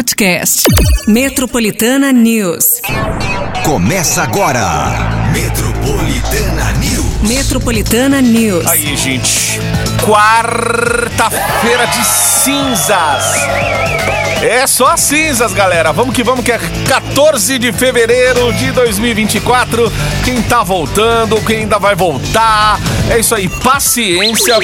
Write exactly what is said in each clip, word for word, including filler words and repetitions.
podcast. Metropolitana News. Começa agora. Metropolitana News. Metropolitana News. Aí, gente. Quarta-feira de cinzas. É só as cinzas, galera. Vamos que vamos, que é quatorze de fevereiro de dois mil e vinte e quatro. Quem tá voltando, quem ainda vai voltar. É isso aí, paciência.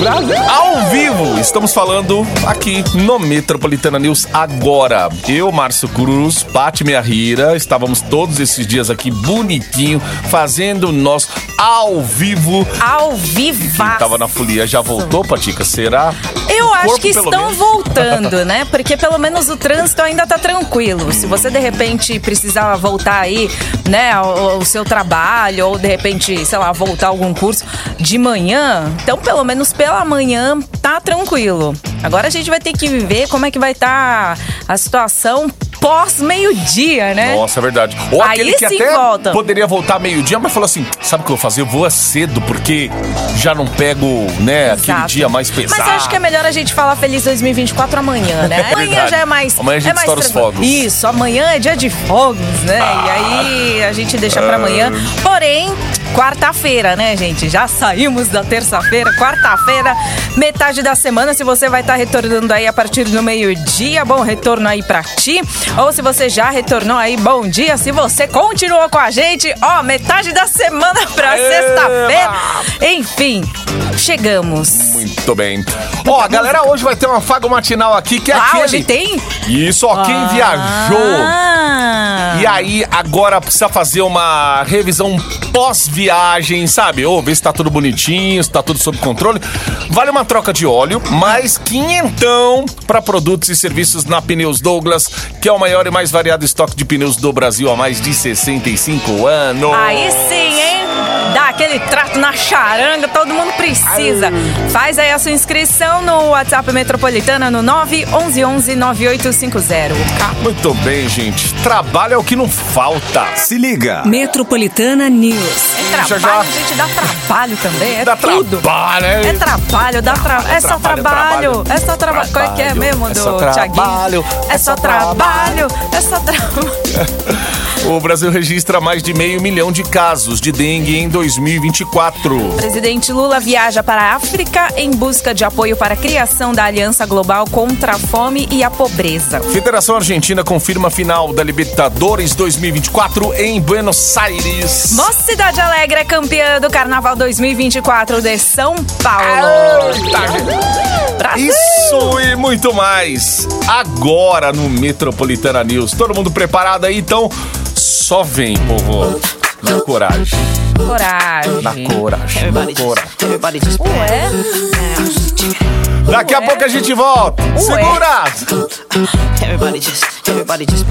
Ao vivo, estamos falando aqui no Metropolitana News agora. Eu, Márcio Cruz, Pati Minha Rira, estávamos todos esses dias aqui bonitinho, fazendo o nosso ao vivo. Ao vivo. Quem tava na folia já voltou, Patica? Será? Eu acho Corpo, que estão menos. voltando, né? Porque pelo menos o trânsito ainda tá tranquilo. Se você de repente precisar voltar aí, né, ao, ao seu trabalho, ou de repente, sei lá, voltar a algum curso de manhã, então pelo menos pela manhã tá tranquilo. Agora a gente vai ter que ver como é que vai estar tá a situação pós-meio-dia, né? Nossa, é verdade. Ou aí aquele que sim até volta. poderia voltar meio-dia, mas falou assim, sabe o que eu vou fazer? Eu vou cedo, porque já não pego, né, Exato. aquele dia mais pesado. Mas eu acho que é melhor a gente falar Feliz dois mil e vinte e quatro amanhã, né? É amanhã verdade. já é mais... Amanhã a gente é mais estoura os tranquilo. fogos. Isso, amanhã é dia de fogos, né? Ah. E aí a gente deixa pra amanhã. Porém, quarta-feira, né, gente? Já saímos da terça-feira, quarta-feira, metade da semana. Se você vai estar retornando aí a partir do meio-dia, bom retorno aí pra ti. Ou se você já retornou aí, bom dia. Se você continuou com a gente, ó, metade da semana pra Eba! sexta-feira. Enfim, chegamos. Muito bem. Ó, a galera hoje vai ter uma fago matinal aqui, que é Ah, aquele... hoje tem? Isso, ó, quem viajou... Ah. E aí, agora precisa fazer uma revisão pós-viagem, sabe? Ou ver se tá tudo bonitinho, se tá tudo sob controle. Vale uma troca de óleo, mais quinhentão para produtos e serviços na Pneus Douglas, que é o maior e mais variado estoque de pneus do Brasil há mais de sessenta e cinco anos. Aí sim, hein? Dá aquele trato na charanga, todo mundo precisa. Faz aí a sua inscrição no WhatsApp Metropolitana no nove um um um nove oito cinco zero. Muito bem, gente. Trabalho é o que não falta. Se liga. Metropolitana News. É Já, trabalho, já. gente, dá trabalho também. É Dá tudo. trabalho, né? É trabalho, dá trabalho. É só trabalho, trabalho. trabalho. É só trabalho. Qual é que é mesmo, É do só Thiaguinho? trabalho. É só trabalho. É só trabalho. O Brasil registra mais de meio milhão de casos de dengue em dois mil e vinte e quatro. Presidente Lula viaja para a África em busca de apoio para a criação da Aliança Global contra a Fome e a Pobreza. Federação Argentina confirma a final da Libertadores dois mil e vinte e quatro em Buenos Aires. Mocidade Alegre é campeã do Carnaval dois mil e vinte e quatro de São Paulo. Eita, gente. Brasil! Isso e muito mais agora no Metropolitana News. Todo mundo preparado aí? Então só vem, povo. Na coragem. Coragem. Na coragem. Na coragem. Ué? Daqui a Ué? pouco a gente volta. Ué? Segura! Everybody just, everybody just.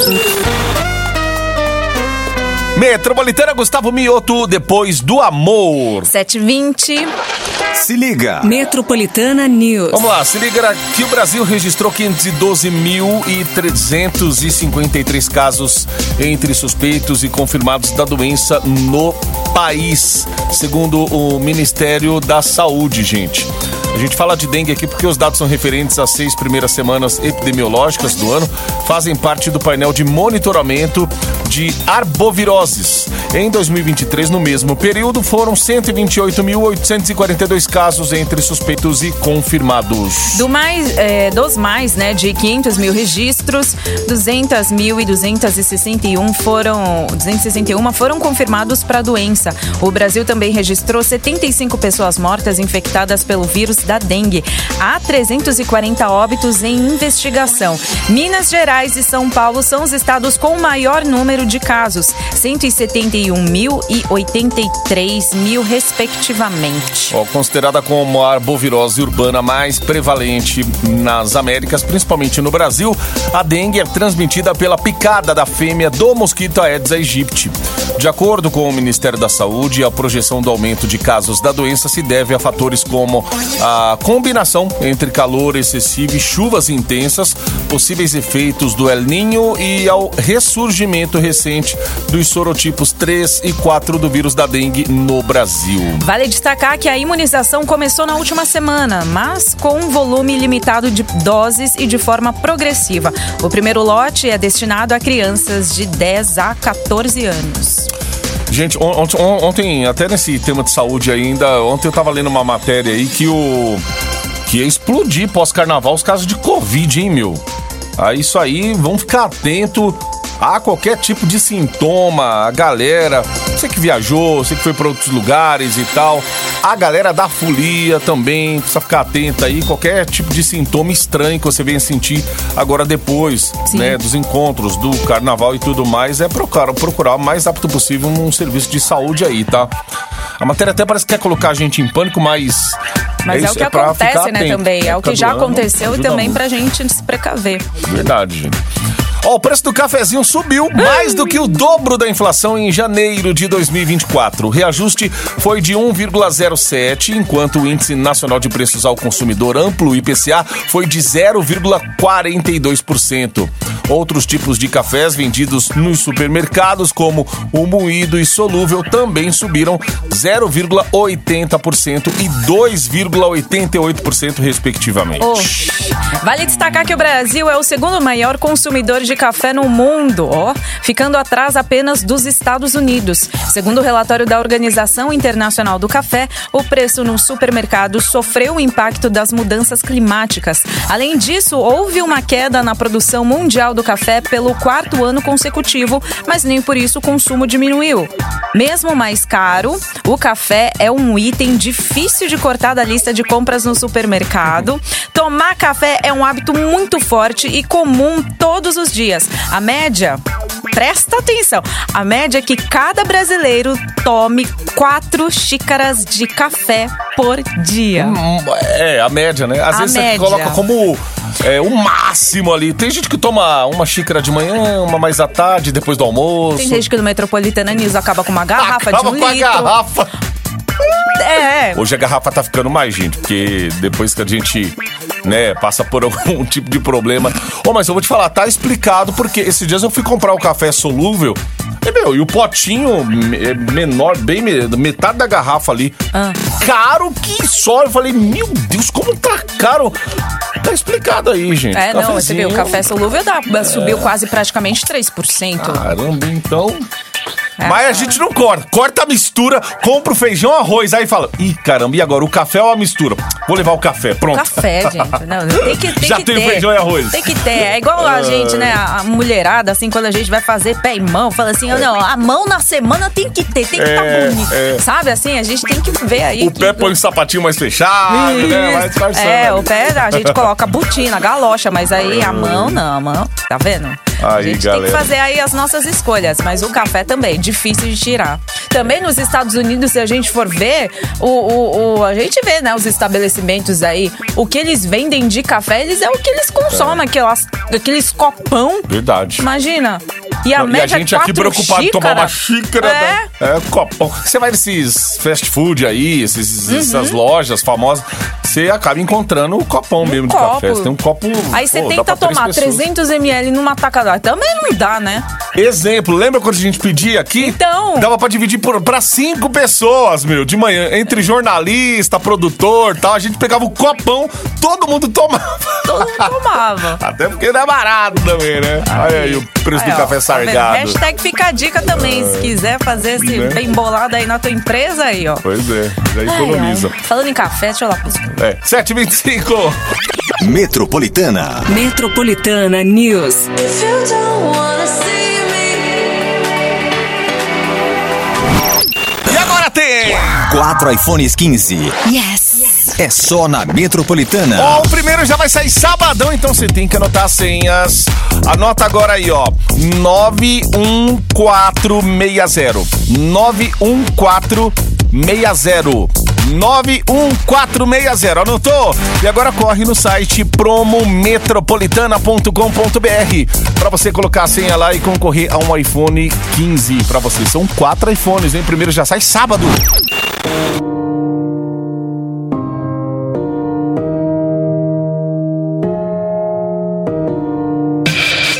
Metropolitana Gustavo Mioto, Depois do Amor. sete e vinte. Se liga. Metropolitana News. Vamos lá, se liga que o Brasil registrou quinhentos e doze mil trezentos e cinquenta e três casos entre suspeitos e confirmados da doença no país, segundo o Ministério da Saúde, gente. A gente fala de dengue aqui porque os dados são referentes às seis primeiras semanas epidemiológicas do ano, fazem parte do painel de monitoramento de arboviroses. Em dois mil e vinte e três, no mesmo período, foram cento e vinte e oito mil oitocentos e quarenta e dois casos entre suspeitos e confirmados. Do mais, é, dos mais, né, de quinhentos mil registros, duzentos mil e duzentos e sessenta e um foram, duzentos e sessenta e um foram confirmados para a doença. O Brasil também registrou setenta e cinco pessoas mortas infectadas pelo vírus da dengue. Há trezentos e quarenta óbitos em investigação. Minas Gerais e São Paulo são os estados com maior número de casos, cento e setenta e um mil e oitenta e três mil, respectivamente. Ó, considerada como a arbovirose urbana mais prevalente nas Américas, principalmente no Brasil, a dengue é transmitida pela picada da fêmea do mosquito Aedes aegypti. De acordo com o Ministério da Saúde, a projeção do aumento de casos da doença se deve a fatores como a combinação entre calor excessivo e chuvas intensas, possíveis efeitos efeitos do El Niño e ao ressurgimento recente dos sorotipos três e quatro do vírus da dengue no Brasil. Vale destacar que a imunização começou na última semana, mas com um volume limitado de doses e de forma progressiva. O primeiro lote é destinado a crianças de dez a quatorze anos. Gente, ontem, ontem, até nesse tema de saúde ainda, ontem eu tava lendo uma matéria aí que o que ia explodir pós-carnaval os casos de Covid, hein, meu? Aí isso aí, vamos ficar atento a qualquer tipo de sintoma, a galera, você que viajou, você que foi para outros lugares e tal, a galera da folia também, precisa ficar atenta aí, qualquer tipo de sintoma estranho que você venha sentir agora depois, Sim. né, dos encontros, do carnaval e tudo mais, é procurar, procurar o mais rápido possível um serviço de saúde aí, tá? A matéria até parece que quer colocar a gente em pânico, mas... Mas é, é o que é acontece, né, atento. Também, é o que já aconteceu e também muito. Pra gente se precaver. Verdade, gente. Ó, o preço do cafezinho subiu mais do que o dobro da inflação em janeiro de dois mil e vinte e quatro. O reajuste foi de um vírgula zero sete, enquanto o Índice Nacional de Preços ao Consumidor Amplo, I P C A, foi de zero vírgula quarenta e dois por cento. Outros tipos de cafés vendidos nos supermercados, como o moído e solúvel, também subiram zero vírgula oitenta por cento e dois vírgula oitenta e oito por cento, respectivamente. Oh. Vale destacar que o Brasil é o segundo maior consumidor de café no mundo, ó, ficando atrás apenas dos Estados Unidos. Segundo o relatório da Organização Internacional do Café, o preço no supermercado sofreu o impacto das mudanças climáticas. Além disso, houve uma queda na produção mundial do café pelo quarto ano consecutivo, mas nem por isso o consumo diminuiu. Mesmo mais caro, o café é um item difícil de cortar da lista de compras no supermercado. Tomar café é um hábito muito forte e comum todos os dias. A média, presta atenção, a média é que cada brasileiro tome quatro xícaras de café por dia. Hum, é, a média, né? Às a vezes média. Você coloca como é, o máximo ali. Tem gente que toma uma xícara de manhã, uma mais à tarde, depois do almoço. Tem gente que no Metropolitana News acaba com uma garrafa acaba de um com litro. a garrafa. É. Hoje a garrafa tá ficando mais, gente, porque depois que a gente, né, passa por algum tipo de problema. Oh, mas eu vou te falar, tá explicado, porque esses dias eu fui comprar o café solúvel e, meu, e o potinho menor, bem metade da garrafa ali, ah. caro que só. Eu falei, meu Deus, como tá caro. Tá explicado aí, gente. É, não, você viu, o café solúvel dá, é. subiu quase praticamente três por cento. Caramba, então... É. Mas a gente não corta. Corta a mistura, compra o feijão, arroz. Aí fala, ih, caramba, e agora? O café ou a mistura? Vou levar o café, pronto. Café, gente. Não, tem que, tem Já que tem ter. feijão e arroz. Tem que ter. É igual a gente, né? A mulherada, assim, quando a gente vai fazer pé e mão, fala assim, oh, não, a mão na semana tem que ter, tem que estar é, tá bonito. É. Sabe, assim, a gente tem que ver aí. O que... pé põe um sapatinho mais fechado, Isso. né? Mais disfarçando. É, o pé a gente coloca botina, galocha, mas aí a mão não, a mão, tá vendo? Aí, a gente galera. tem que fazer aí as nossas escolhas, mas o café também, difícil de tirar. Também nos Estados Unidos, se a gente for ver, o, o, o, a gente vê, né, os estabelecimentos aí, o que eles vendem de café, eles é o que eles consomem, é. aquelas, aqueles copão. Verdade. Imagina. E a, Não, média e a gente aqui preocupado em tomar uma xícara. É. Da, é, copão. Você vai nesses fast food aí, esses, uhum. essas lojas famosas, você acaba encontrando o copão um mesmo copo. de café. Você tem um copo. Aí você tenta tomar trezentos mililitros numa tacada. Também não dá, né? Exemplo, lembra quando a gente pedia aqui? Então. Dava pra dividir por, pra cinco pessoas, meu, de manhã. Entre jornalista, produtor e tal. A gente pegava o copão, todo mundo tomava. Todo mundo tomava. Até porque não é barato também, né? Aí, Olha aí o preço aí, do ó, café sargado. Hashtag fica a dica também, se quiser fazer esse né? bem bolado aí na tua empresa aí, ó. Pois é, já economiza. Ai, ai. Falando em café, deixa eu lá. É, sete e vinte e cinco. Metropolitana. Metropolitana News. E agora tem quatro iPhones quinze. Yes. É só na Metropolitana. Ó, o primeiro já vai sair sabadão, então você tem que anotar as senhas. Anota agora aí, ó. nove um quatro seis zero. nove um quatro seis zero. nove um quatro seis zero. Anotou? E agora corre no site promo metropolitana ponto com ponto b r pra você colocar a senha lá e concorrer a um iPhone quinze pra você. São quatro iPhones, hein? O primeiro já sai sábado.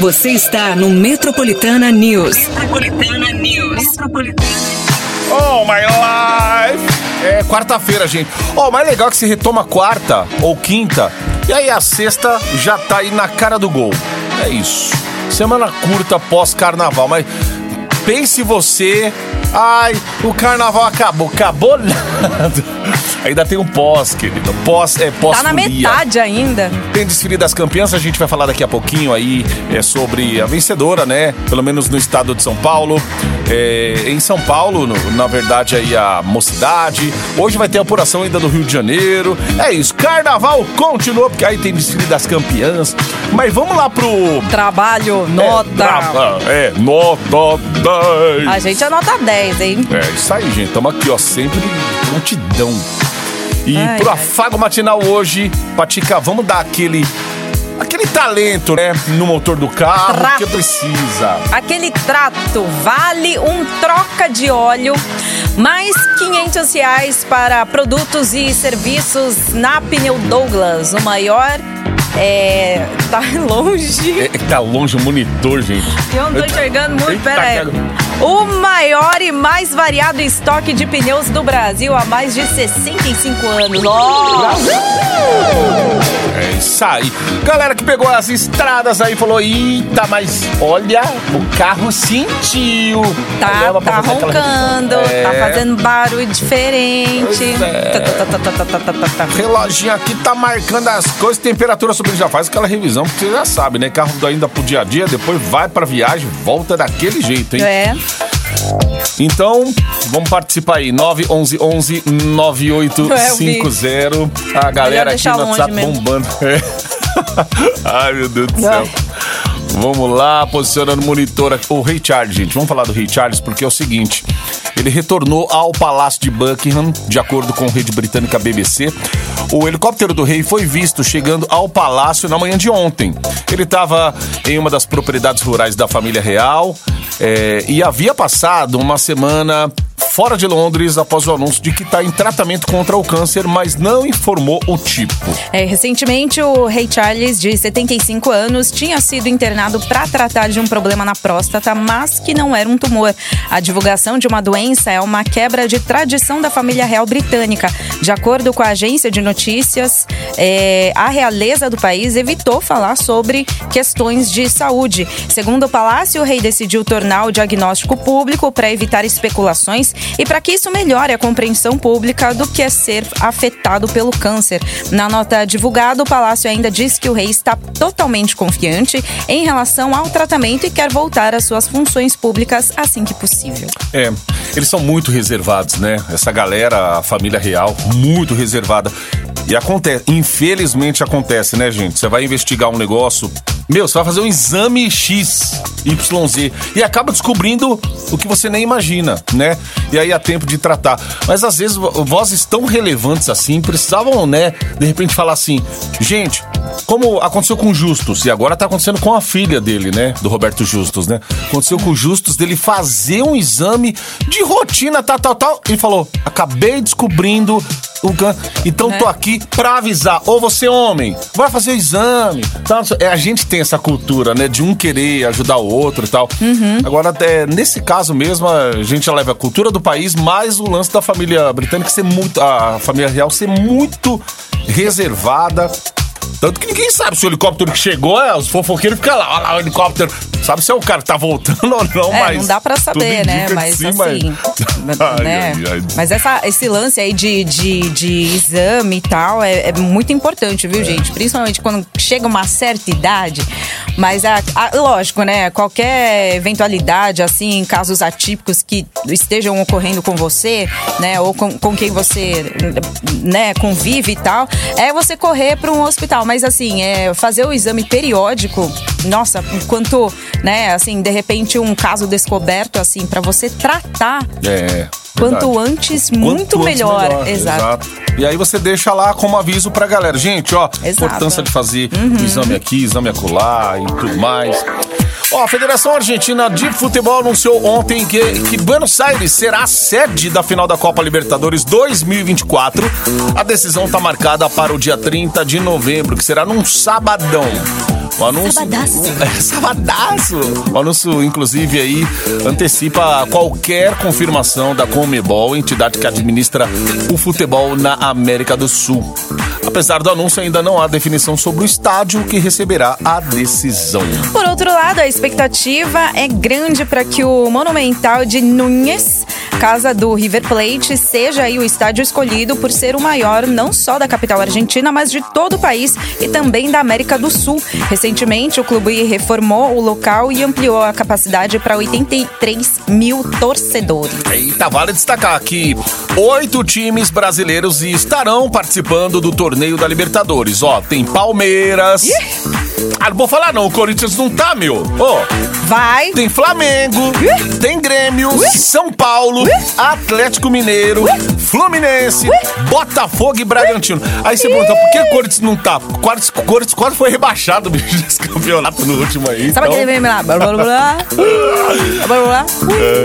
Você está no Metropolitana News. Metropolitana News. Metropolitana. Oh, my life! É quarta-feira, gente. Ó, oh, o mais legal é que se retoma quarta ou quinta, e aí a sexta já tá aí na cara do gol. É isso. Semana curta pós-carnaval, mas pense você... Ai, o carnaval acabou. Acabou nada. Ainda tem um pós, querido. Pós é pós Tá na metade ainda. Tem desfile das campeãs, a gente vai falar daqui a pouquinho aí é, sobre a vencedora, né? Pelo menos no estado de São Paulo. É, em São Paulo, no, na verdade, aí a Mocidade. Hoje vai ter a apuração ainda do Rio de Janeiro. É isso, carnaval continua, porque aí tem desfile das campeãs. Mas vamos lá pro... Trabalho, nota. É, traba, é nota dez. A gente anota dez, hein? É, isso aí, gente. Estamos aqui, ó, sempre prontidão. E ai, pro ai. afago matinal hoje, Patica, vamos dar aquele... Aquele talento, né? No motor do carro, Trato. que precisa. Aquele trato vale um troca de óleo, mais quinhentos reais para produtos e serviços na Pneu Douglas. O maior é... tá longe. É, tá longe o monitor, gente. Eu não tô enxergando muito, Eita, pera aí. cara. O maior e mais variado estoque de pneus do Brasil há mais de sessenta e cinco anos. Ó! É isso aí. Galera que pegou as estradas aí falou: eita, mas olha, o carro sentiu. Tá, Leva pra tá fazer aquela roncando, revisão. É. tá fazendo barulho diferente. Pois é. Tá, tá, tá, tá, tá, tá, tá, tá. O reloginho aqui tá marcando as coisas, temperatura sobre, já faz aquela revisão, porque você já sabe, né? Carro ainda pro dia a dia, depois vai pra viagem, volta daquele jeito, hein? É. Então, vamos participar aí, nove onze onze nove oito cinco zero. A galera aqui deixar no longe WhatsApp mesmo. bombando. É. Ai, meu Deus do céu. Vamos lá, posicionando o monitor aqui. O Rei Charles, gente, vamos falar do Rei Charles, porque é o seguinte: ele retornou ao Palácio de Buckingham, de acordo com a rede britânica B B C. O helicóptero do rei foi visto chegando ao palácio na manhã de ontem. Ele estava em uma das propriedades rurais da família real é, e havia passado uma semana fora de Londres após o anúncio de que está em tratamento contra o câncer, mas não informou o tipo. É, recentemente, o Rei Charles, de setenta e cinco anos, tinha sido internado para tratar de um problema na próstata, mas que não era um tumor. A divulgação de uma doença é uma quebra de tradição da família real britânica. De acordo com a agência de notícias, é, a realeza do país evitou falar sobre questões de saúde. Segundo o palácio, o rei decidiu tornar o diagnóstico público para evitar especulações e para que isso melhore a compreensão pública do que é ser afetado pelo câncer. Na nota divulgada, o palácio ainda diz que o rei está totalmente confiante em relação ao tratamento e quer voltar às suas funções públicas assim que possível. É, eles são muito reservados, né? Essa galera, a família real, muito reservada. E acontece, infelizmente acontece, né, gente? Você vai investigar um negócio, meu, você vai fazer um exame X, Y, Z e acaba descobrindo o que você nem imagina, né? E aí há tempo de tratar. Mas às vezes vozes tão relevantes assim precisavam, né, de repente falar assim: gente, como aconteceu com o Justus, e agora tá acontecendo com a filha dele, né, do Roberto Justus, né? Aconteceu com o Justus dele fazer um exame de rotina, tal, tal, tal. Ele falou: acabei descobrindo o câncer, então É. tô aqui pra avisar. Ou você, homem, vai fazer o exame. Tal. É, a gente tem essa cultura, né, de um querer ajudar o outro e tal. Uhum. Agora, até nesse caso mesmo, a gente já leva a cultura do país, mais o lance da família britânica ser muito, a família real ser muito reservada. Tanto que ninguém sabe se o helicóptero que chegou, é, os fofoqueiros ficam lá, olha lá o helicóptero. Sabe se é o cara que tá voltando ou não, É, mas... não dá pra tudo saber, né? indica que Mas sim, assim, mas... né? Ai, ai, ai. Mas essa, esse lance aí de, de, de exame e tal é, é muito importante, viu, gente? Principalmente quando chega uma certa idade. Mas, a, a- lógico, né? Qualquer eventualidade, assim, casos atípicos que estejam ocorrendo com você, né? Ou com, com quem você, né, convive e tal, é você correr para um hospital. Mas, assim, é fazer o exame periódico, nossa, enquanto, né, assim, de repente um caso descoberto, assim, para você tratar É, quanto verdade. antes, muito Quanto antes, melhor. Exato. E aí você deixa lá como aviso pra galera. Gente, ó, Exato. importância de fazer Uhum. o exame aqui, exame acolá e tudo mais. Ó, a Federação Argentina de Futebol anunciou ontem que, que Buenos Aires será a sede da final da Copa Libertadores dois mil e vinte e quatro. A decisão tá marcada para o dia trinta de novembro, que será num sabadão. O anúncio, Sabadaço. É, sabadaço. O anúncio, inclusive, aí antecipa qualquer confirmação da Conmebol, entidade que administra o futebol na América do Sul. Apesar do anúncio, ainda não há definição sobre o estádio que receberá a decisão. Por outro lado, a expectativa é grande para que o Monumental de Núñez, casa do River Plate, seja aí o estádio escolhido por ser o maior não só da capital argentina, mas de todo o país e também da América do Sul. Recentemente, o clube reformou o local e ampliou a capacidade para oitenta e três mil torcedores. Eita, vale destacar que oito times brasileiros estarão participando do torneio da Libertadores. Ó, tem Palmeiras... Ah, não vou falar não, o Corinthians não tá, meu. Ó, Vai! tem Flamengo, tem Grêmio, São Paulo, Atlético Mineiro, Fluminense, Botafogo e Bragantino. Aí você pergunta, por que o Corinthians não tá? O Corinthians, o Corinthians quase foi rebaixado, bicho, nesse campeonato no último aí. Sabe então... aquele meme lá? Blá, blá, blá, blá. Blá, blá, blá.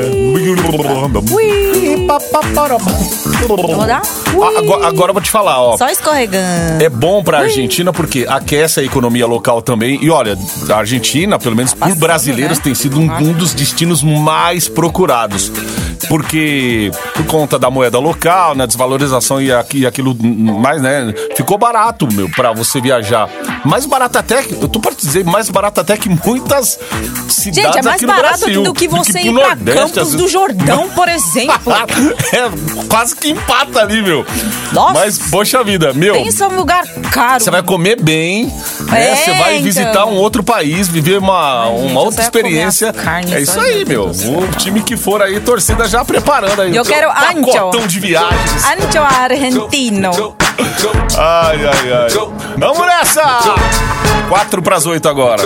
Vamos dar? Ah, agora, agora eu vou te falar, ó. Só escorregando. É bom pra Argentina porque aquece a economia local também. E olha, a Argentina, pelo menos por Passando, brasileiros, né? tem sido um, um dos destinos mais procurados. Porque, por conta da moeda local, na desvalorização e, aqui, aquilo mais, né? Ficou barato, meu, pra você viajar. Mais barato até, eu tô pra dizer, mais barato até que muitas cidades Gente, é mais aqui no barato Brasil. do que você pro ir pra Nordeste, Campos às do vezes. Jordão, por exemplo. É, quase que empata ali, meu. Nossa. Mas, poxa vida, meu. Pensa num lugar caro. Você vai comer bem, né? É, Você vai então. visitar um outro país, viver uma, Ai, uma gente, outra eu só ia comer experiência. as carnes, É isso só, aí, meu meu. Deus do céu. O time que for aí, torcida já preparando aí. Eu o seu quero ancho. pacotão de viagens. Ancho argentino. Ai, ai, ai. Vamos nessa! Quatro pras oito agora.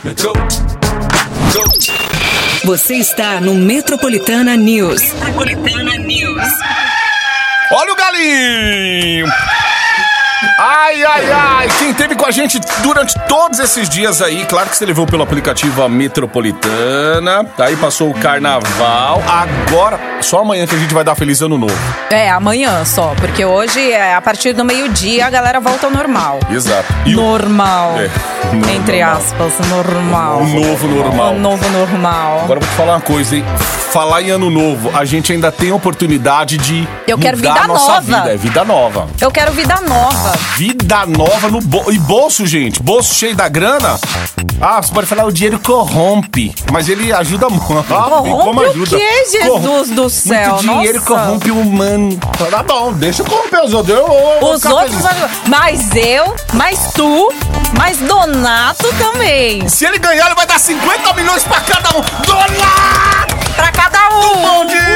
Você está no Metropolitana News. Metropolitana News. Olha o galinho! Ai, ai, ai, quem teve com a gente durante todos esses dias aí, claro que você levou pelo aplicativo a Metropolitana, aí passou o carnaval, agora, só amanhã que a gente vai dar Feliz Ano Novo. É, amanhã só, porque hoje, é, a partir do meio-dia, a galera volta ao normal. Exato. E o- Normal. É, no- Entre normal. aspas, normal. O novo normal. O novo normal. Agora eu vou te falar uma coisa, hein? Falar em Ano Novo, a gente ainda tem a oportunidade de Eu quero mudar vida a nossa nova. vida, é vida nova. Eu quero vida nova. Vida nova no bolso. E bolso, gente? Bolso cheio da grana? Ah, você pode falar, o dinheiro corrompe. Mas ele ajuda muito. Corrompe Como o ajuda? quê, Jesus do céu? Muito dinheiro Nossa. corrompe o humano. Tá bom, deixa eu corromper os outros. Eu, eu, eu vou Os ficar outros... feliz. Mas eu, mas tu, mas Donato também. Se ele ganhar, ele vai dar cinquenta milhões pra cada um. Donato! Pra cada um. Bom dia!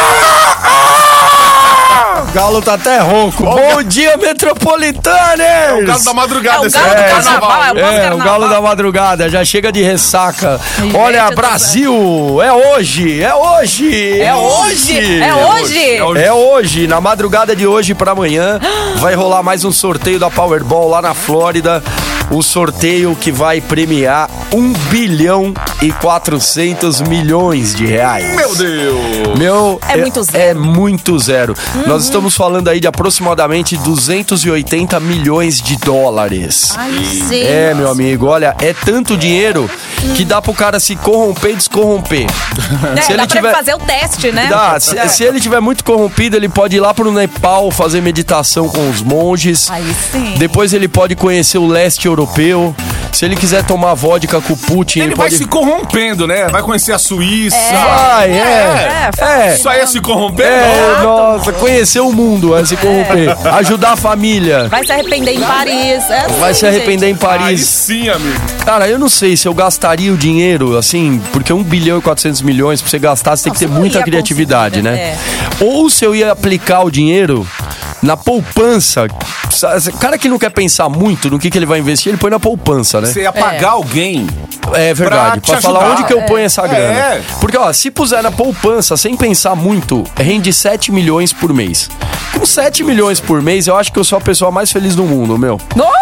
O galo tá até ronco. Ó, Bom dia, Metropolitanos! É o galo da madrugada. É o esse galo ano do do carnaval, é o É, pós-carnaval. o galo da madrugada, já chega de ressaca. Gente Olha, do Brasil, é hoje, é hoje! É hoje? É hoje? É hoje. É hoje, na madrugada de hoje pra amanhã, vai rolar mais um sorteio da Powerball lá na Flórida. O sorteio que vai premiar um bilhão e quatrocentos milhões de reais. Meu Deus! Meu, É muito zero. É muito zero. Nós estamos falando aí de aproximadamente duzentos e oitenta milhões de dólares. Ai, gente. É, meu amigo, olha, é tanto dinheiro que dá pro cara se corromper e descorromper. É, se dá ele pra tiver... fazer o teste, né? Dá, se, É. se ele tiver muito corrompido, ele pode ir lá pro Nepal fazer meditação com os monges. Aí sim. Depois ele pode conhecer o leste europeu. Se ele quiser tomar vodka com o Putin, ele, Ele vai pode... se corrompendo, né? Vai conhecer a Suíça. Vai, é. É, É. Isso aí é se corromper? É, nossa, conhecer o mundo, é se corromper. Ajudar a família. Vai se arrepender em Paris. É assim, Vai se arrepender em Aí Paris. sim, amigo. Cara, eu não sei se eu gastaria o dinheiro, assim, porque um bilhão e quatrocentos milhões, pra você gastar, você tem que ter você não muita ia criatividade, conseguir, né? né? Ou se eu ia aplicar o dinheiro na poupança. Cara que não quer pensar muito no que, que ele vai investir, ele põe na poupança, né? Você ia pagar alguém. É verdade, Pra pra, te falar ajudar. onde que eu ponho essa grana. É. Porque, ó, se puser na poupança sem pensar muito, rende sete milhões por mês. Com sete milhões por mês, eu acho que eu sou a pessoa mais feliz do mundo, meu. No?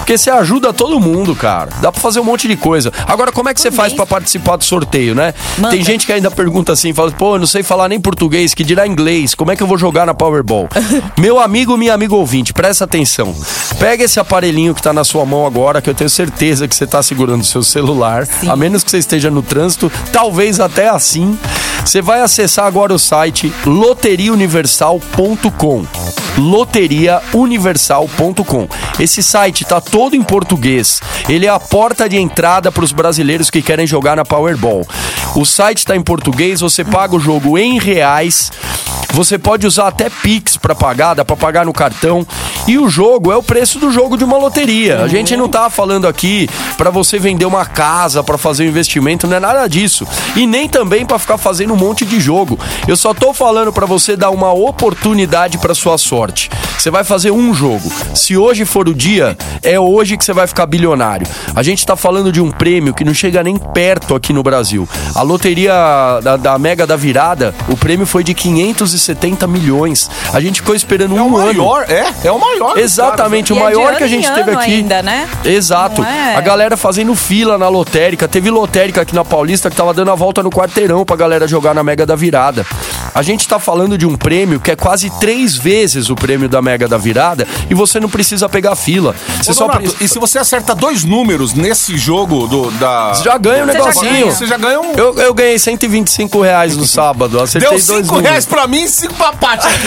Porque você ajuda todo mundo, cara. Dá pra fazer um monte de coisa. Agora, como é que você faz pra participar do sorteio, né? Manda. Tem gente que ainda pergunta assim, fala, pô, eu não sei falar nem português, que dirá inglês, como é que eu vou jogar na Powerball? Meu amigo, minha amiga ouvinte, presta atenção. Pega esse aparelhinho que tá na sua mão agora, que eu tenho certeza que você tá segurando o seu celular, Sim. a menos que você esteja no trânsito, talvez até assim. Você vai acessar agora o site loteria universal ponto com. loteria universal ponto com. Esse site tá todo em português. Ele é a porta de entrada para os brasileiros que querem jogar na Powerball. O site tá em português, você paga o jogo em reais. Você pode usar até Pix pra pagar, dá pra pagar no cartão. E o jogo é o preço do jogo de uma loteria. A gente não tá falando aqui pra você vender uma casa, pra fazer um investimento, não é nada disso. E nem também pra ficar fazendo um monte de jogo. Eu só tô falando pra você dar uma oportunidade pra sua sorte. Você vai fazer um jogo. Se hoje for o dia, é hoje que você vai ficar bilionário. A gente tá falando de um prêmio que não chega nem perto aqui no Brasil. A loteria da, da Mega da Virada, o prêmio foi de quinhentos e setenta milhões. A gente ficou esperando É um o ano. maior, é? É o maior. Exatamente, o E é de maior ano que a gente em teve ano aqui. ainda, né? Exato. Não é? A galera fazendo fila na lotérica. Teve lotérica aqui na Paulista que tava dando a volta no quarteirão pra galera jogar na Mega da Virada. A gente tá falando de um prêmio que é quase três vezes o prêmio da Mega da Virada e você não precisa pegar fila. Você Ô, só Donato, precisa... e se você acerta dois números nesse jogo do, da... Você já ganha um Você já negocinho. ganha. Você já ganha um... Eu, eu ganhei cento e vinte e cinco reais no sábado. Acertei Deu dois cinco números. reais pra mim e cinco pra Paty aqui,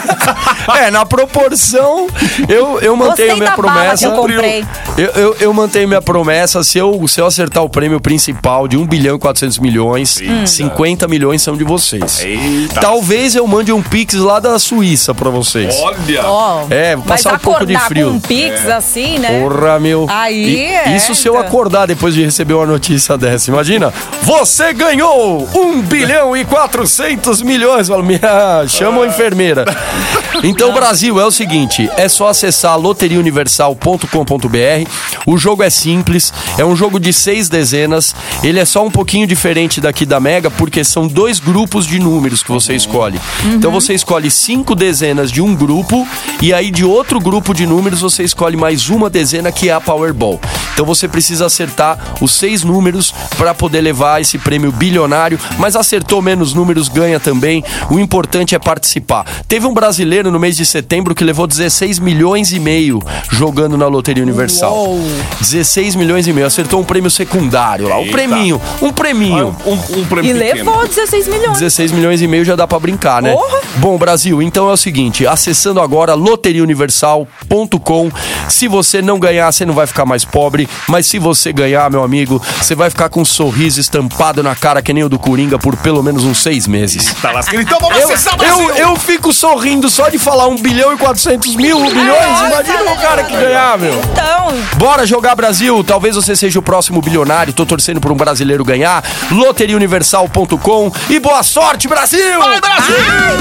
ó. É, na proporção, eu, eu mantenho Gostei minha da bala promessa. que eu comprei. Eu, eu, eu mantenho minha promessa. Se eu, se eu acertar o prêmio principal de um bilhão e quatrocentos milhões, cinquenta milhões são de vocês. Eita. Talvez eu mande um Pix lá da Suíça pra vocês. Olha. Ó, É, vou mas passar um pouco de acordar frio. com um Pix assim, né? Porra, meu. Aí E- é, Isso se eu então. acordar depois de receber uma notícia dessa. Imagina, você ganhou um bilhão e quatrocentos milhões. Falo, minha, chama a enfermeira. Então, Brasil, é o seguinte, é só acessar loteria universal ponto com ponto b r. O jogo é simples, é um jogo de seis dezenas. Ele é só um pouquinho diferente daqui da Mega, porque são dois grupos de números que você escolhe. Então você escolhe cinco dezenas de um grupo e aí de outro grupo de números você escolhe mais uma dezena, que é a Powerball. Então você precisa acertar os seis números para poder levar esse prêmio bilionário, mas acertou menos números, ganha também. O importante é participar. Teve um brasileiro no mês de setembro que levou dezesseis milhões e meio jogando na Loteria Universal. Uou. dezesseis milhões e meio, acertou um prêmio secundário lá, um Eita. preminho, um preminho. Um, um prêmio E pequeno. levou dezesseis milhões. dezesseis milhões e meio já dá pra brincar, né? Porra! Bom, Brasil, então é o seguinte, acessando agora loteria universal ponto com. Se você não ganhar, você não vai ficar mais pobre, mas se você ganhar, meu amigo, você vai ficar com um sorriso estampado na cara que nem o do Coringa por pelo menos uns seis meses. Tá lascando. Então vamos Eu, acessar, Brasil. eu, eu fico sorrindo só de falar um bilhão e quatrocentos mil bilhões. Imagina o cara que ganhar, meu. Então, Bora jogar, Brasil. Talvez você seja o próximo bilionário. Tô torcendo por um brasileiro ganhar. loteria universal ponto com. E boa sorte, Brasil! Vai, Brasil!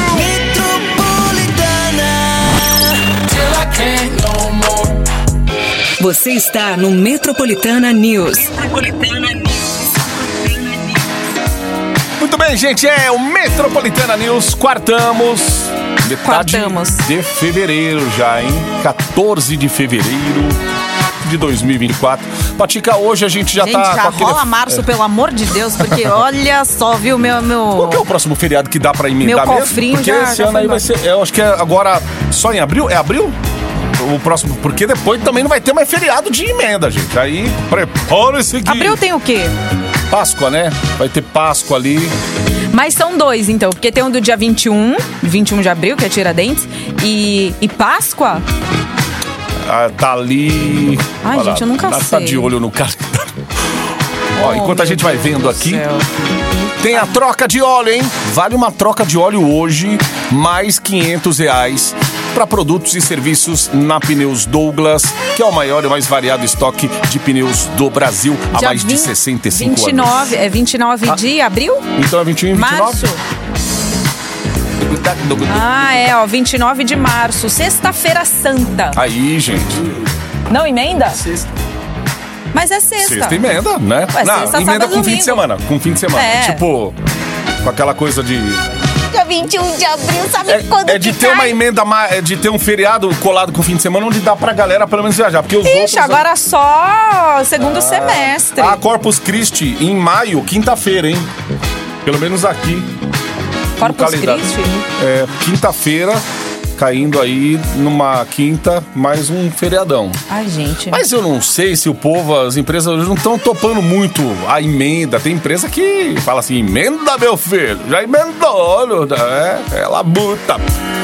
Você está no Metropolitana News. Metropolitana News. Muito bem, gente. É o Metropolitana News. Quartamos. Metade Quartamos. de fevereiro já, hein? quatorze de fevereiro de dois mil e vinte e quatro. Patica, hoje a gente já gente, tá já com aquele... rola março, pelo amor de Deus, porque olha só, viu, meu... meu... Qual que é o próximo feriado que dá pra emendar Meu mesmo? cofrinho Porque já- esse já ano foi aí vai embora. ser... Eu acho que é agora só em abril. É abril? O próximo... Porque depois também não vai ter mais feriado de emenda, gente. Aí, prepara-se aqui. Abril tem o quê? Páscoa, né? Vai ter Páscoa ali. Mas são dois, então, porque tem um do dia vinte e um, vinte e um de abril, que é Tiradentes, e, e Páscoa? Ah, tá ali... Ai, Olha gente, eu nunca lá, sei. Tá de olho no cara. Ó, Oh, enquanto a meu gente vai Deus vendo do aqui... céu. Tem a troca de óleo, hein? Vale uma troca de óleo hoje, mais quinhentos reais para produtos e serviços na Pneus Douglas, que é o maior e mais variado estoque de pneus do Brasil há Dia mais de vinte sessenta e cinco vinte e nove, anos. é vinte e nove de abril? Então é vinte e um e vinte e nove? Março? Ah, é, ó, vinte e nove de março, sexta-feira santa. Aí, gente. Não emenda? Mas é sexta. Sexta emenda, né? Ué, Não, sexta, emenda sábado, com fim de domingo. semana. Com fim de semana. É. Tipo, com aquela coisa de dia vinte e um de abril, sabe É, quando é de que ter cai? uma emenda, ma- é de ter um feriado colado com o fim de semana onde dá pra galera pelo menos viajar. Porque os Ixi, outros... agora só segundo semestre. Ah, Corpus Christi, em maio, quinta-feira, hein? Pelo menos aqui. Corpus calendário. Christi? É, quinta-feira, caindo aí numa quinta, mais um feriadão. Ai, gente. Mas eu não sei se o povo, as empresas hoje não estão topando muito a emenda. Tem empresa que fala assim, emenda, meu filho. Já emendou, é, é labuta.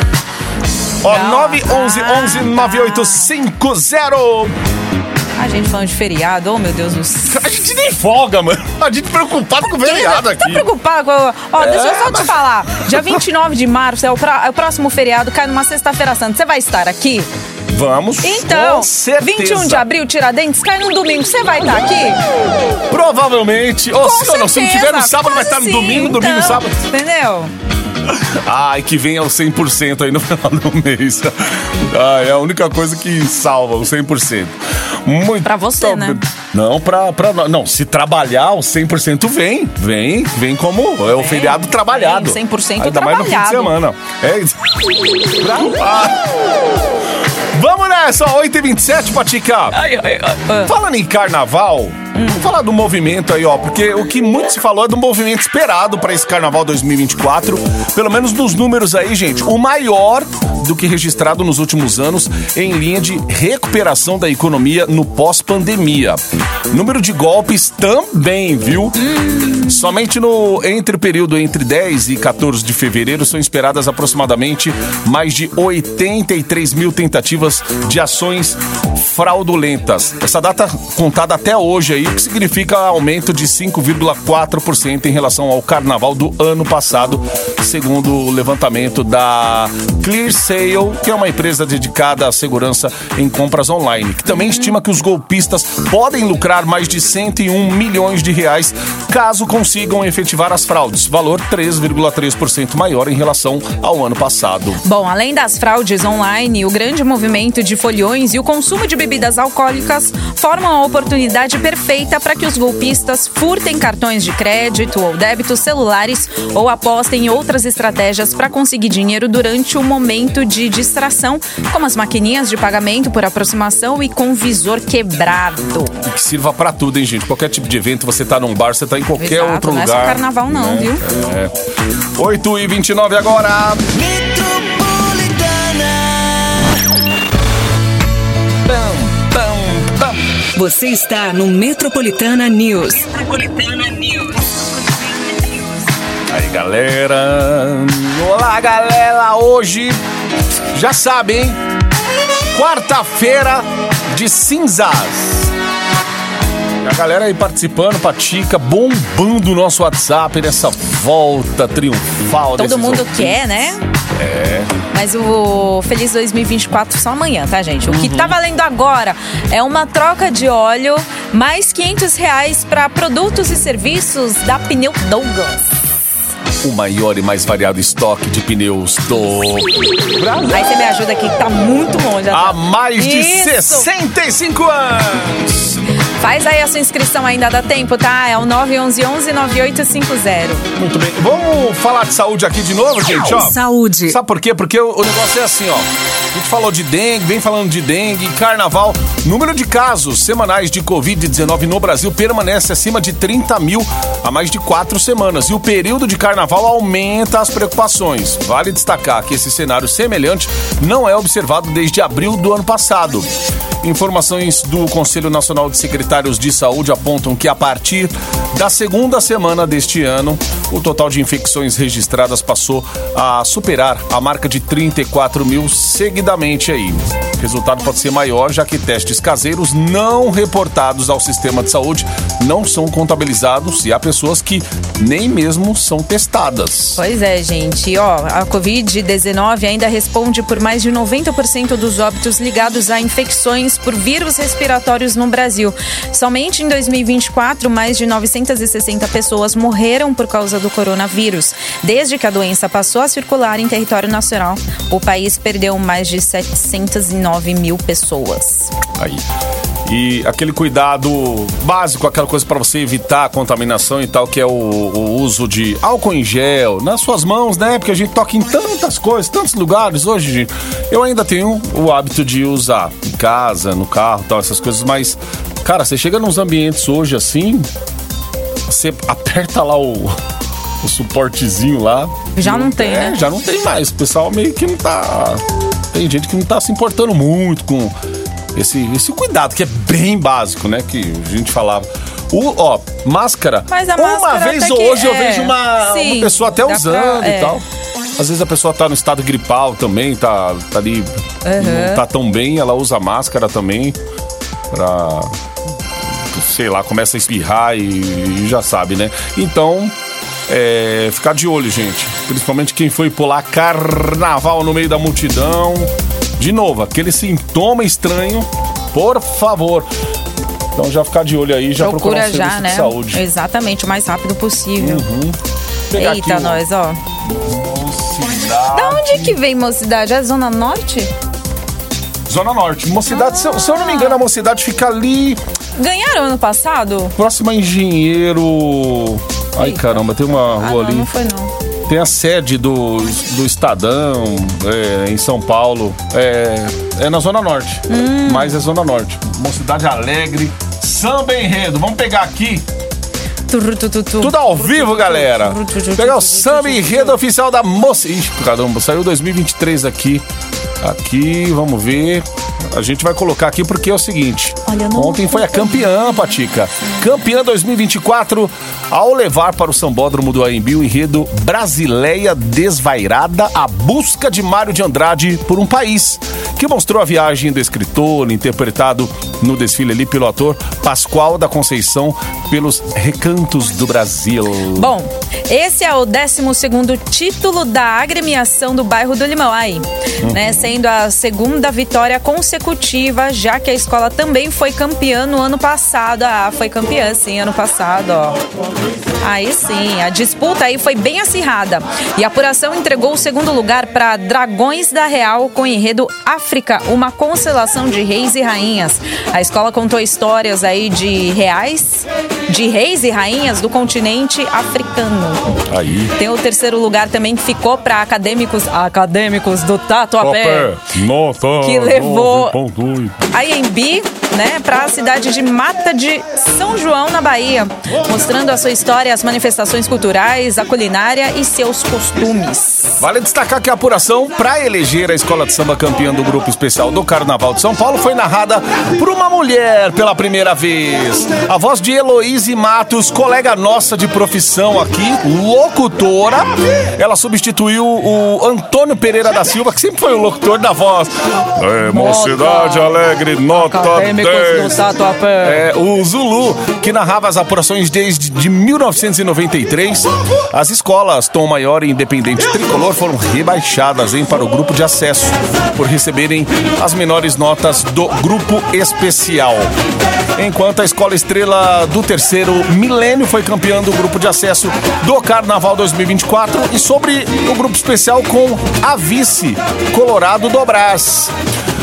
Ó, Não. nove onze onze nove oito cinco zero. A gente falando de feriado, oh meu Deus do céu. A gente nem folga, mano. A gente preocupado com o feriado Tá aqui. preocupado com... Ó, deixa eu só te mas- falar. Dia vinte e nove de março é o, pra- é o próximo feriado, cai numa sexta-feira santa. Você vai estar aqui? Vamos, Então, com certeza. vinte e um de abril, Tiradentes, cai num domingo. Você vai estar aqui? Provavelmente. Ou Com se não, se não tiver no certeza, sábado, vai quase estar no sim, domingo, domingo, então, sábado. Entendeu? Ai, que venha o cem por cento aí no final do mês. Ah, é a única coisa que salva, o cem por cento. Muito Pra você, né? Não, pra, pra nós. Não, se trabalhar, o cem por cento vem. Vem, vem como é o feriado trabalhado. vem, cem por cento Ainda mais no fim de trabalhado. semana. É isso. Ah. Vamos nessa, oito e vinte e sete, Patica. Ah. Falando em carnaval, vamos falar do movimento aí, ó. Porque o que muito se falou é do movimento esperado pra esse carnaval dois mil e vinte e quatro. Pelo menos nos números aí, gente. O maior do que registrado nos últimos anos em linha de recuperação da economia no pós-pandemia. Número de golpes também, viu? Somente no entre o período entre dez e quatorze de fevereiro são esperadas aproximadamente mais de oitenta e três mil tentativas de ações fraudulentas. Essa data contada até hoje aí, o que significa aumento de cinco vírgula quatro por cento em relação ao carnaval do ano passado, segundo o levantamento da ClearSale, que é uma empresa dedicada à segurança em compras online, que também estima que os golpistas podem lucrar mais de cento e um milhões de reais caso consigam efetivar as fraudes, valor três vírgula três por cento maior em relação ao ano passado. Bom, além das fraudes online, o grande movimento de foliões e o consumo de bebidas alcoólicas formam a oportunidade perfeita para que os golpistas furtem cartões de crédito ou débitos celulares ou apostem em outras estratégias para conseguir dinheiro durante o momento de distração, como as maquininhas de pagamento por aproximação e com visor quebrado. E que sirva pra tudo, hein, gente? Qualquer tipo de evento, você tá num bar, você tá em qualquer Exato, outro não é lugar. só carnaval não, viu? É. oito e vinte e nove agora. Pam, pam, pam. Você está no Metropolitana News. Metropolitana News. Aí, galera. Olá, galera. Hoje, já sabe, hein? Quarta-feira de cinzas. A galera aí participando, Patica, bombando o nosso WhatsApp nessa volta triunfal. Todo desses mundo ouvintes. quer, né? É. Mas o Feliz dois mil e vinte e quatro só amanhã, tá, gente? O que tá valendo agora é uma troca de óleo, mais quinhentos reais para produtos e serviços da Pneu Douglas. O maior e mais variado estoque de pneus do Brasil. Aí você me ajuda aqui, que tá muito longe. Há mais de Isso. sessenta e cinco anos. Faz aí a sua inscrição, ainda dá tempo, tá? É o nove um um, um nove oito cinco zero. Muito bem. Vamos falar de saúde aqui de novo, gente? Ó. Saúde. Sabe por quê? Porque o, o negócio é assim, ó. A gente falou de dengue, vem falando de dengue, carnaval. Número de casos semanais de covid dezenove no Brasil permanece acima de trinta mil há mais de quatro semanas. E o período de carnaval aumenta as preocupações. Vale destacar que esse cenário semelhante não é observado desde abril do ano passado. Informações do Conselho Nacional de Secretários de Saúde apontam que a partir da segunda semana deste ano, o total de infecções registradas passou a superar a marca de trinta e quatro mil seguidamente aí. O resultado pode ser maior, já que testes caseiros não reportados ao sistema de saúde não são contabilizados e há pessoas que nem mesmo são testadas. Pois é, gente. Ó, a covid dezenove ainda responde por mais de noventa por cento dos óbitos ligados a infecções por vírus respiratórios no Brasil. Somente em dois mil e vinte e quatro, mais de novecentas e sessenta pessoas morreram por causa do coronavírus. Desde que a doença passou a circular em território nacional, o país perdeu mais de setecentas e nove mil pessoas. Aí. E aquele cuidado básico, aquela coisa para você evitar a contaminação e tal, que é o, o uso de álcool em gel nas suas mãos, né? Porque a gente toca em tantas coisas, tantos lugares hoje, gente. Eu ainda tenho o hábito de usar em casa, no carro, tal, essas coisas, mas, cara, você chega nos ambientes hoje assim, você aperta lá o, o suportezinho lá. Já não tem, é, né? Já não tem mais. O pessoal meio que não tá... Tem gente que não tá se importando muito com esse, esse cuidado, que é bem básico, né? Que a gente falava. O, ó, máscara. Mas a uma máscara vez até ou que hoje eu é. vejo uma, Sim, uma pessoa até dá usando pra- e é. tal. Às vezes a pessoa tá no estado gripal também, tá, tá ali, não tá tão bem, ela usa máscara também pra, sei lá, começa a espirrar e, e já sabe, né? Então, é, ficar de olho, gente. Principalmente quem foi pular carnaval no meio da multidão. De novo, aquele sintoma estranho, por favor. Então já ficar de olho aí, já procurar Procura um serviço já, né? de saúde. Exatamente, o mais rápido possível. Pegar Eita, aqui o- nós, ó. Mocidade. Da onde que vem Mocidade? É Zona Norte? Zona Norte. Mocidade, se, eu, se eu não me engano, a Mocidade fica ali, Ganharam ano passado? próxima a Engenheiro... Ai, Eita. caramba, tem uma Ah, rua não, ali. não foi não. Tem a sede do, do Estadão, é, em São Paulo. É, é na Zona Norte. Hum. Mas é Zona Norte. Mocidade Alegre. Samba Enredo. Vamos pegar aqui. Tudo ao vivo, galera. Pegar o Samba Enredo oficial da Moça. Ixi, caramba, saiu dois mil e vinte e três aqui. Aqui, vamos ver. A gente vai colocar aqui porque é o seguinte. Olha, não- Ontem foi a campeã, Patica. Campeã dois mil e vinte e quatro, ao levar para o Sambódromo do Anhembi o enredo Brasileia Desvairada, a busca de Mário de Andrade por um país, que mostrou a viagem do escritor, interpretado no desfile ali pelo ator Pascoal da Conceição, pelos recantos do Brasil. Bom, esse é o décimo segundo título da agremiação do bairro do Limão, aí, né? Sendo a segunda vitória consecutiva, já que a escola também foi campeã no ano passado. Ah, foi campeã sim, ano passado, ó. Aí sim, a disputa aí foi bem acirrada. E a apuração entregou o segundo lugar para Dragões da Real com o enredo África, uma constelação de reis e rainhas. A escola contou histórias aí de reais, de reis e rainhas do continente africano. Aí. Tem o terceiro lugar também que ficou para acadêmicos, acadêmicos do Tatuapé, Nota que levou nove ponto oito. a Anhembi, né, para a cidade de Mata de São João, na Bahia, mostrando a sua história, as manifestações culturais, a culinária e seus costumes. Vale destacar que a apuração para eleger a escola de samba campeã do grupo especial do Carnaval de São Paulo foi narrada por uma mulher pela primeira vez. A voz de Heloíse Matos, colega nossa de profissão aqui, locutora. Ela substituiu o Antônio Pereira da Silva, que sempre foi o locutor da voz. É, Mocidade Alegre, nota Acadêmicos dez. do Tatuapé. É, o Zulu, que narrava as apurações desde de mil novecentos e noventa e três. As escolas Tom Maior e Independente Tricolor foram rebaixadas hein, para o grupo de acesso, por receberem as menores notas do grupo especial. Enquanto a Escola Estrela do Terceiro Milênio foi campeã do grupo de acesso do Carnaval dois mil e vinte e quatro. E sobre o grupo especial com a vice, Colorado do Brás.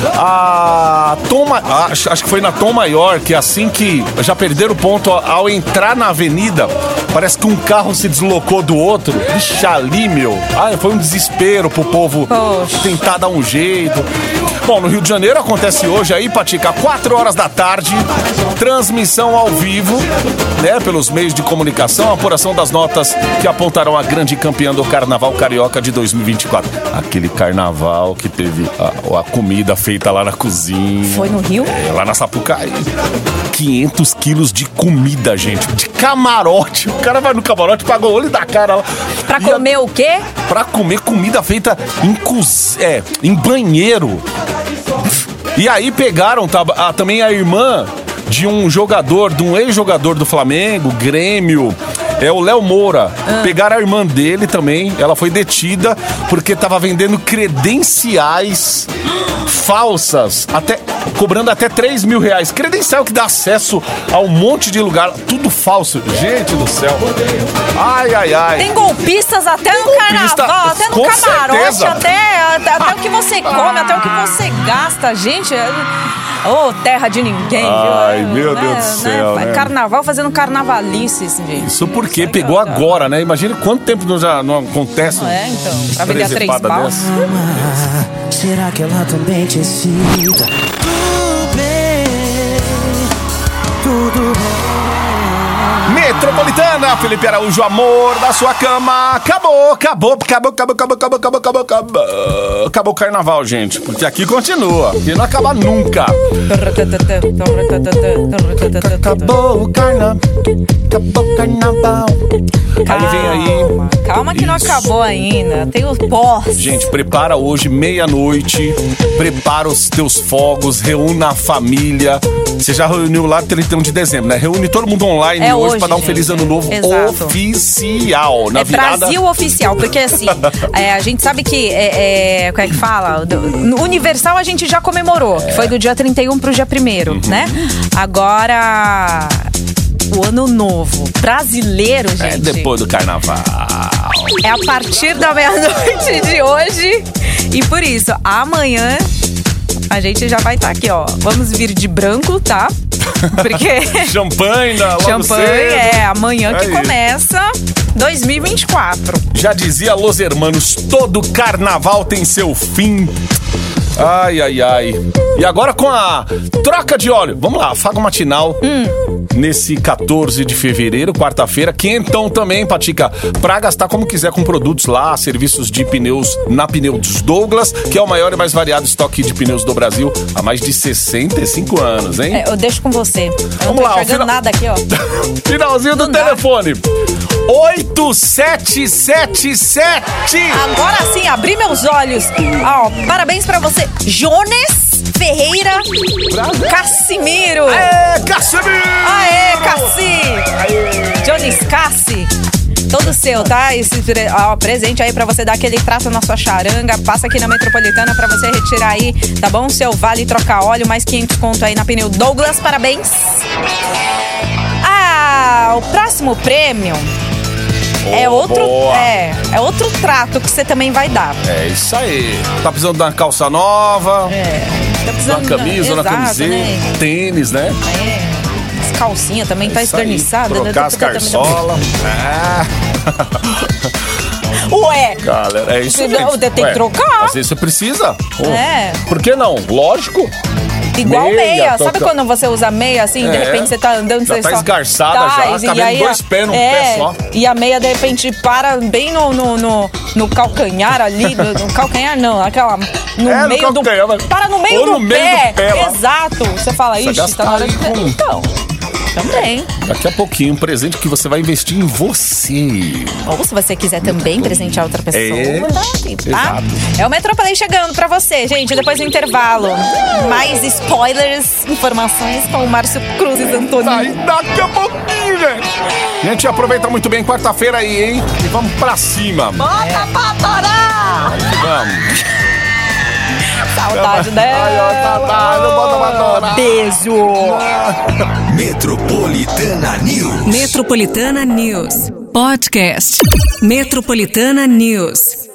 A Tom, Ma- acho, acho que foi na Tom Maior, que assim que já perderam o ponto ao entrar na avenida, parece que um carro se deslocou do outro. Vixe, ali, meu. Ai, foi um desespero pro povo Poxa. tentar dar um jeito. Bom, no Rio de Janeiro acontece hoje aí, Patica, quatro horas da tarde, transmissão ao vivo, né, pelos meios de comunicação, a apuração das notas que apontarão a grande campeã do Carnaval Carioca de dois mil e vinte e quatro. Aquele carnaval que teve a, a comida feita lá na cozinha. Foi no Rio? É, lá na Sapucaí. quinhentos quilos de comida, gente. De camarote. O cara vai no camarote, paga o olho da cara lá. Pra E a- comer o quê? Pra comer comida feita em coz... é, em banheiro. E aí pegaram tá, a- também a irmã de um jogador, de um ex-jogador do Flamengo, Grêmio, é o Léo Moura. Pegaram a irmã dele também, ela foi detida porque tava vendendo credenciais falsas, até cobrando até três mil reais. Credencial que dá acesso a um monte de lugar, tudo falso. Gente do céu. Ai, ai, ai. Tem golpistas até no golpista, carnaval, até no com camarote, certeza. até, até, até o que você come, até o que você gasta. Gente, é- Ô, oh, terra de ninguém, Ai, viu? meu Né, Deus do céu, né? né? Carnaval fazendo carnavalices, gente. Isso porque pegou agora, né? Imagina quanto tempo não, já não acontece. É, então, pra vender a três presepada pau. dessa. Será que ela também te excita? Tudo bem, tudo bem. Metropolitana, Felipe Araújo, amor da sua cama. Acabou, acabou, acabou, acabou, acabou, acabou, acabou, acabou, acabou. Acabou o carnaval, gente. Porque aqui continua. Aqui não acaba nunca. Acabou o carnaval. Acabou o carnaval. Aí vem aí. Calma que não Isso. acabou ainda. Tem o pós. Gente, prepara hoje, meia-noite. Prepara os teus fogos, reúna a família. Você já reuniu lá trinta e um de dezembro, né? Reúne todo mundo online É hoje, hoje, pra dar um gente. feliz ano novo Exato. oficial. Na É virada. Brasil oficial, porque assim, é, a gente sabe que, é, é, como é que fala? Do- no Universal a gente já comemorou, que foi do dia trinta e um pro dia primeiro, Uhum. né? Agora, o ano novo brasileiro, gente, É depois do carnaval. é a partir da meia-noite de hoje. E por isso, amanhã a gente já vai estar aqui, ó. Vamos vir de branco, tá? Porque Champanhe, logo champanhe cedo. é amanhã que É isso. começa dois mil e vinte e quatro. Já dizia Los Hermanos, todo carnaval tem seu fim. Ai, ai, ai. E agora com a troca de óleo. Vamos lá, afago matinal. Nesse quatorze de fevereiro, quarta-feira. Quentão também, Patica. Pra gastar como quiser com produtos lá, serviços de pneus na Pneus Douglas, que é o maior e mais variado estoque de pneus do Brasil há mais de sessenta e cinco anos, hein? É, eu deixo com você. Eu Vamos não tô lá, enxergando final- nada aqui, ó. Finalzinho do Não dá. telefone. oito sete sete sete. Agora sim, abri meus olhos. Ó, parabéns pra você, Jones Ferreira Cassimiro. É, Casimiro! Aê, Cassi! Jones Cassi. Todo seu, tá? Esse pre- ó, presente aí pra você dar aquele trato na sua charanga. Passa aqui na Metropolitana pra você retirar aí, tá bom? Seu vale trocar óleo, mais quinhentos conto aí na Pneu Douglas. Parabéns. Ah, o próximo prêmio é Oh, outro, boa. é, é outro trato que você também vai dar. É isso aí. Tá precisando de uma calça nova, É, tá de precisando uma camisa, uma exato, camiseta, né? tênis, né? É, as calcinhas também tá Isso aí, estorniçada. trocar as carçolas. É. Ué, Galera, é isso Você gente. não, tem que Ué, trocar. Às vezes você precisa. Oh, É. Por que não? Lógico. igual Meia, meia. Sabe toca- quando você usa meia assim, de É. repente você tá andando, Já você tá só... esgarçada já, e cabendo aí dois a- pés num é, pé só. E a meia de repente para bem no, no, no, no calcanhar ali, no, no calcanhar não, aquela... No É, no meio do... calcanhar, mas- Para no meio ou do no meio pé. do pé lá. Exato. Você fala, Precisa ixi, tá na hora de... gastar aí com- Então, também. Daqui a pouquinho, um presente que você vai investir em você. Ou se você quiser também presentear outra pessoa, É, tá? exato. É o Metroplay chegando pra você, gente, depois do intervalo. Mais spoilers, informações com o Márcio Cruz e Antônio. Aí daqui a pouquinho, gente. Gente, aproveita muito bem quarta-feira aí, hein? E vamos pra cima. Bota pra torar! Vamos. Saudade dela. Ai, ó, saudade, bota pra torar. Beijo. Metropolitana News. Metropolitana News. Podcast. Metropolitana News.